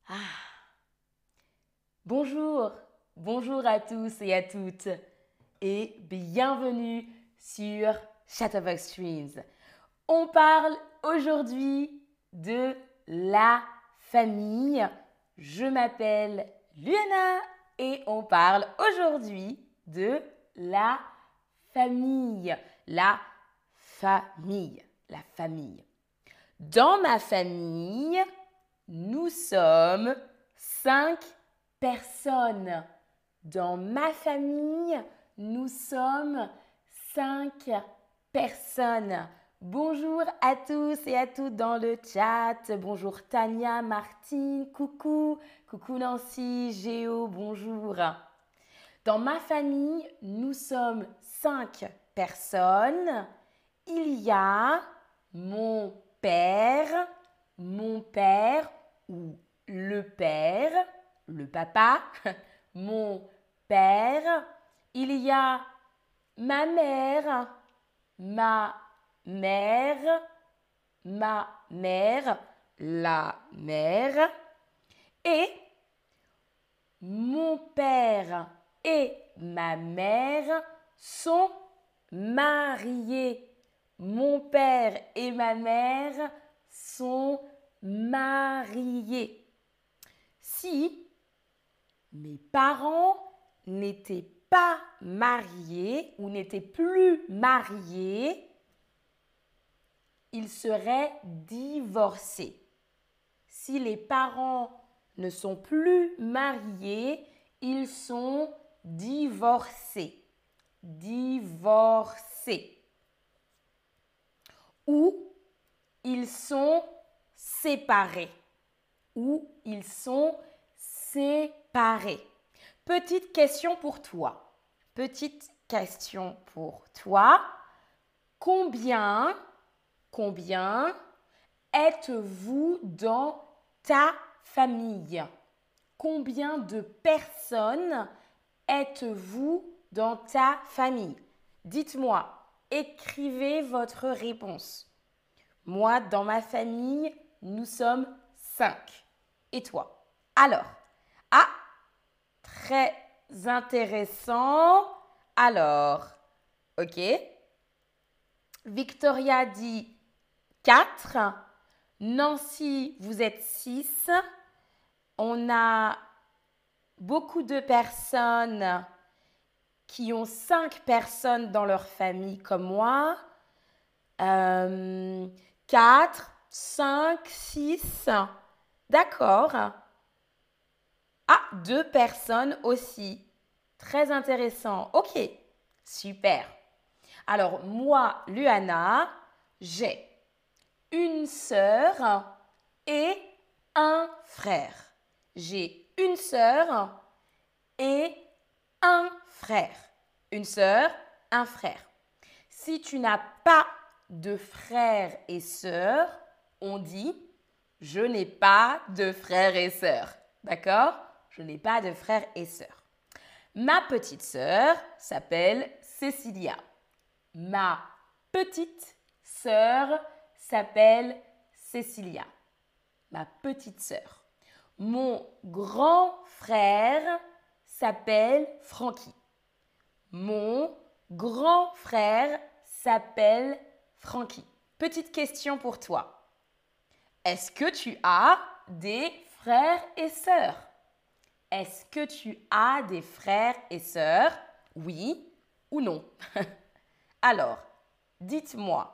Ah, bonjour, bonjour à tous et à toutes et bienvenue sur Chatterbox Streams. On parle aujourd'hui de la famille. Je m'appelle Luana et on parle aujourd'hui de la famille. La famille, la famille. Dans ma famille, nous sommes 5 personnes. Dans ma famille, nous sommes 5 personnes. Bonjour à tous et à toutes dans le chat. Bonjour Tania, Martine, coucou. Coucou Nancy, Géo, bonjour. Dans ma famille, nous sommes 5 personnes. Il y a mon père ou le papa, mon père. Il y a ma mère, ma mère, la mère. Et mon père et ma mère sont mariés. Mon père et ma mère sont mariés. Si mes parents n'étaient pas mariés ou n'étaient plus mariés, ils seraient divorcés. Si les parents ne sont plus mariés, ils sont divorcés. Divorcés. Ou ils sont séparés. Ou ils sont séparés. Petite question pour toi. Petite question pour toi. Combien êtes-vous dans ta famille? Combien de personnes êtes-vous dans ta famille? Dites-moi, écrivez votre réponse. Moi, dans ma famille, nous sommes 5. Et toi? Alors, très intéressant. Alors, ok. Victoria dit 4. Nancy, vous êtes 6. On a beaucoup de personnes qui ont 5 personnes dans leur famille comme moi. 4, 5, 6. D'accord. 2 personnes aussi. Très intéressant. Ok, super. Alors, moi, Luana, j'ai une sœur et un frère. J'ai une sœur et un frère. Une sœur, un frère. Si tu n'as pas de frères et sœurs, on dit « je n'ai pas de frères et sœurs ». D'accord? Je n'ai pas de frères et sœurs. Ma petite sœur s'appelle Cécilia. Ma petite sœur s'appelle Cécilia. Ma petite sœur. Mon grand frère s'appelle Francky. Mon grand frère s'appelle Francky. Petite question pour toi. Est-ce que tu as des frères et sœurs? Est-ce que tu as des frères et sœurs? Oui ou non? Alors, dites-moi.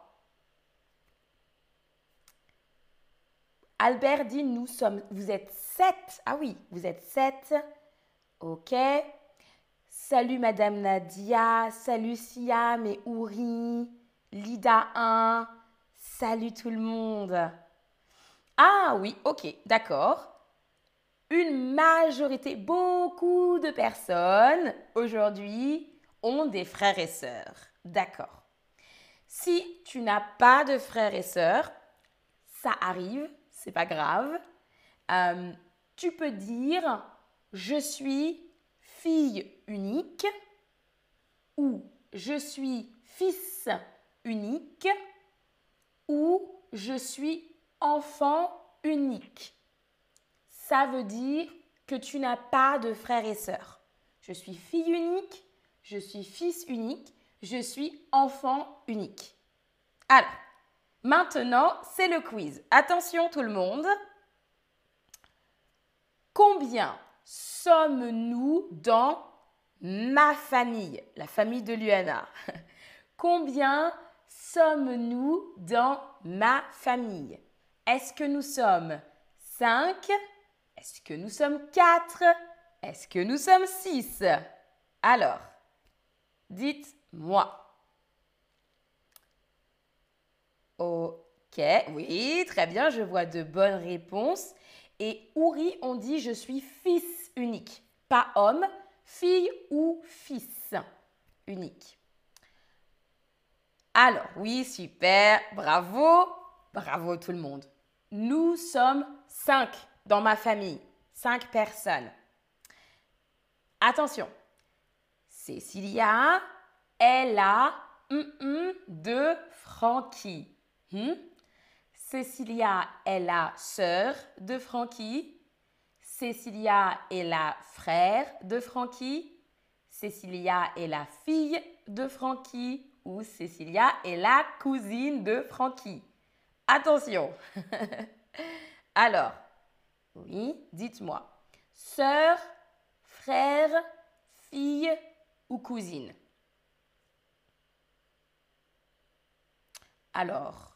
Albert dit vous êtes 7. Ah oui, vous êtes 7. Ok. Salut Madame Nadia, salut Siam et Ouri, Lida 1, salut tout le monde. Ah oui, ok, d'accord. Une majorité, beaucoup de personnes aujourd'hui ont des frères et sœurs. D'accord. Si tu n'as pas de frères et sœurs, ça arrive, c'est pas grave. Tu peux dire je suis fille unique ou je suis fils unique ou je suis enfant unique. ça veut dire que tu n'as pas de frères et sœurs. Je suis fille unique, je suis fils unique, je suis enfant unique. Alors, maintenant, c'est le quiz. Attention tout le monde. Combien sommes-nous dans ma famille, la famille de Luana? Combien sommes-nous dans ma famille? Est-ce que nous sommes 5? Est-ce que nous sommes 4? Est-ce que nous sommes 6? Alors, dites-moi. Ok, oui, très bien, je vois de bonnes réponses. Et Ouri, on dit je suis fils unique, pas homme, fille ou fils unique. Alors, oui, super, bravo, bravo tout le monde. Nous sommes 5 dans ma famille, 5 personnes. Attention, Cécilia, elle a de Francky. Cécilia est la sœur de Francky. Cécilia est la frère de Francky. Cécilia est la fille de Francky. Ou Cécilia est la cousine de Francky. Attention. Alors, oui, dites-moi. Sœur, frère, fille ou cousine? Alors,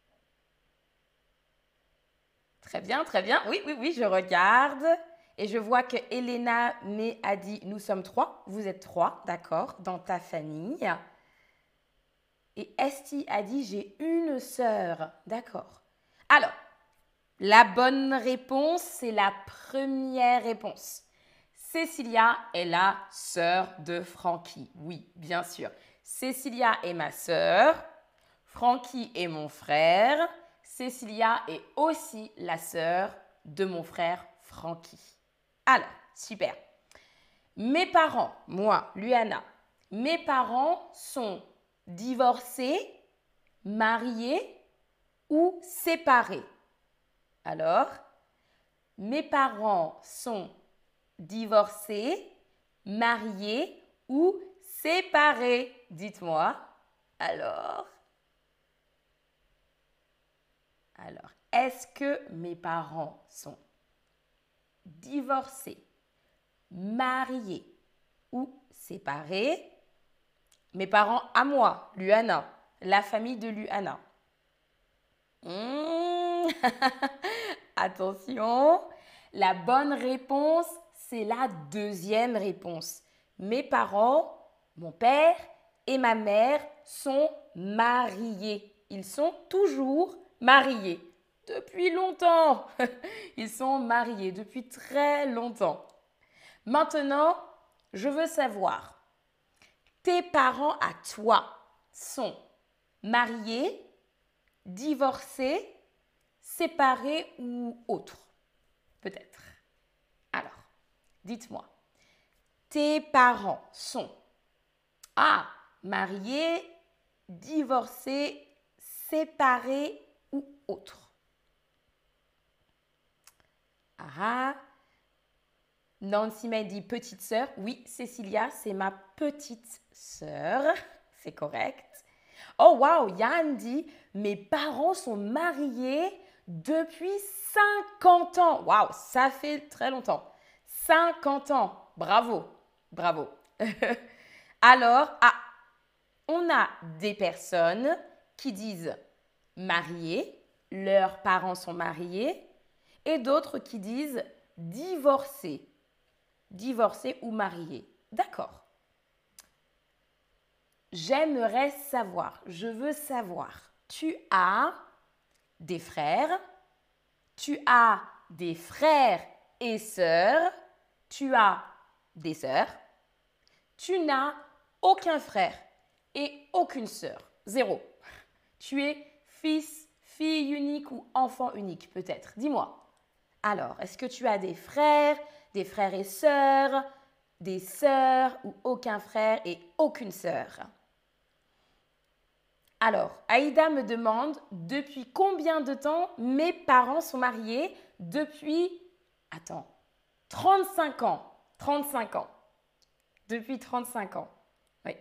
très bien, très bien. Oui, oui, oui, je regarde. Et je vois que Elena a dit, nous sommes 3. Vous êtes 3, d'accord, dans ta famille. Et Esti a dit, j'ai une sœur. D'accord. Alors, la bonne réponse, c'est la première réponse. Cécilia est la sœur de Francky. Oui, bien sûr. Cécilia est ma sœur. Francky est mon frère. Cécilia est aussi la sœur de mon frère Francky. Alors, super. Mes parents, moi, Luana, mes parents sont divorcés, mariés ou séparés. Alors, mes parents sont divorcés, mariés ou séparés. Dites-moi. Alors, est-ce que mes parents sont divorcés, mariés ou séparés? Mes parents à moi, Luana, la famille de Luana. Attention, la bonne réponse, c'est la deuxième réponse. Mes parents, mon père et ma mère sont mariés. Ils sont toujours mariés. Depuis longtemps. Ils sont mariés depuis très longtemps. Maintenant, je veux savoir, tes parents à toi sont mariés, divorcés, séparés ou autres? Peut-être. Alors, dites-moi, tes parents sont mariés, divorcés, séparés ou autres? Nancy m'a dit petite sœur. Oui, Cécilia, c'est ma petite sœur. C'est correct. Oh, wow, Yann dit mes parents sont mariés depuis 50 ans. Waouh, ça fait très longtemps. 50 ans. Bravo, bravo. Alors, on a des personnes qui disent mariés, leurs parents sont mariés, et d'autres qui disent divorcés. Divorcés ou mariés. D'accord. J'aimerais savoir, je veux savoir, tu as des frères, tu as des frères et sœurs, tu as des sœurs, tu n'as aucun frère et aucune sœur. Zéro. Tu es fils, fille unique ou enfant unique peut-être. Dis-moi. Alors, est-ce que tu as des frères et sœurs, des sœurs ou aucun frère et aucune sœur? Alors, Aïda me demande depuis combien de temps mes parents sont mariés? Depuis Attends, 35 ans. 35 ans. Depuis 35 ans. Oui.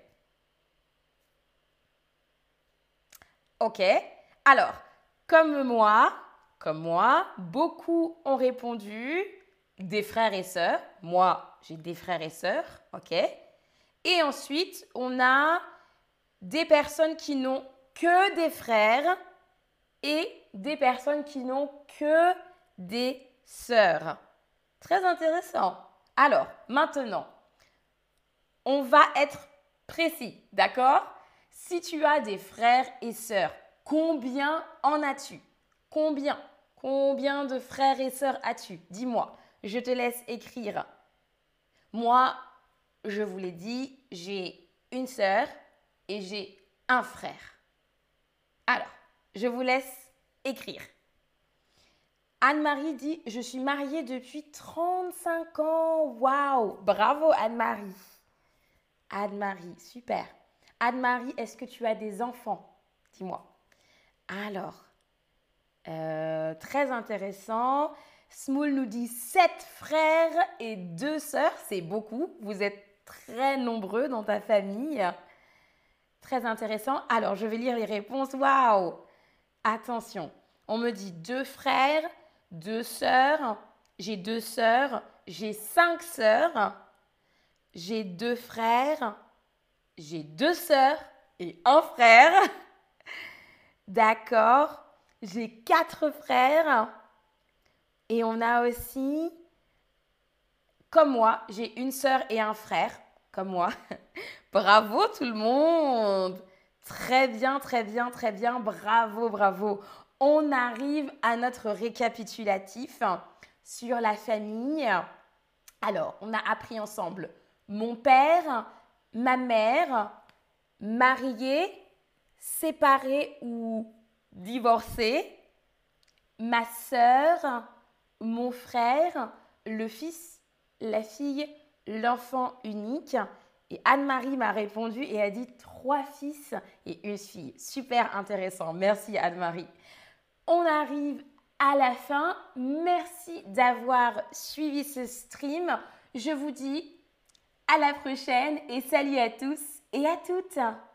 Ok. Alors, comme moi, beaucoup ont répondu des frères et sœurs. Moi, j'ai des frères et sœurs. Ok. Et ensuite, on a des personnes qui n'ont que des frères et des personnes qui n'ont que des sœurs. Très intéressant. Alors, maintenant, on va être précis, d'accord? Si tu as des frères et sœurs, combien en as-tu? Combien? Combien de frères et sœurs as-tu? Dis-moi, je te laisse écrire. Moi, je vous l'ai dit, j'ai une sœur et j'ai un frère. Alors, je vous laisse écrire. Anne-Marie dit « Je suis mariée depuis 35 ans. » Waouh! Bravo Anne-Marie. Anne-Marie, super. Anne-Marie, est-ce que tu as des enfants? Dis-moi. Alors, très intéressant. Smoul nous dit 7 frères et 2 sœurs. C'est beaucoup. Vous êtes très nombreux dans ta famille. Très intéressant. Alors, je vais lire les réponses. Waouh! Attention. On me dit 2 frères, 2 sœurs. J'ai 2 sœurs. J'ai 5 sœurs. J'ai 2 frères. J'ai 2 sœurs et un frère. D'accord. J'ai 4 frères. Et on a aussi, comme moi, j'ai une sœur et un frère. Comme moi. Bravo tout le monde. Très bien, très bien, très bien. Bravo, bravo. On arrive à notre récapitulatif sur la famille. Alors, on a appris ensemble mon père, ma mère, marié, séparé ou divorcé, ma sœur, mon frère, le fils, la fille, l'enfant unique. Et Anne-Marie m'a répondu et a dit 3 fils et une fille. Super intéressant. Merci Anne-Marie. On arrive à la fin. Merci d'avoir suivi ce stream. Je vous dis à la prochaine et salut à tous et à toutes.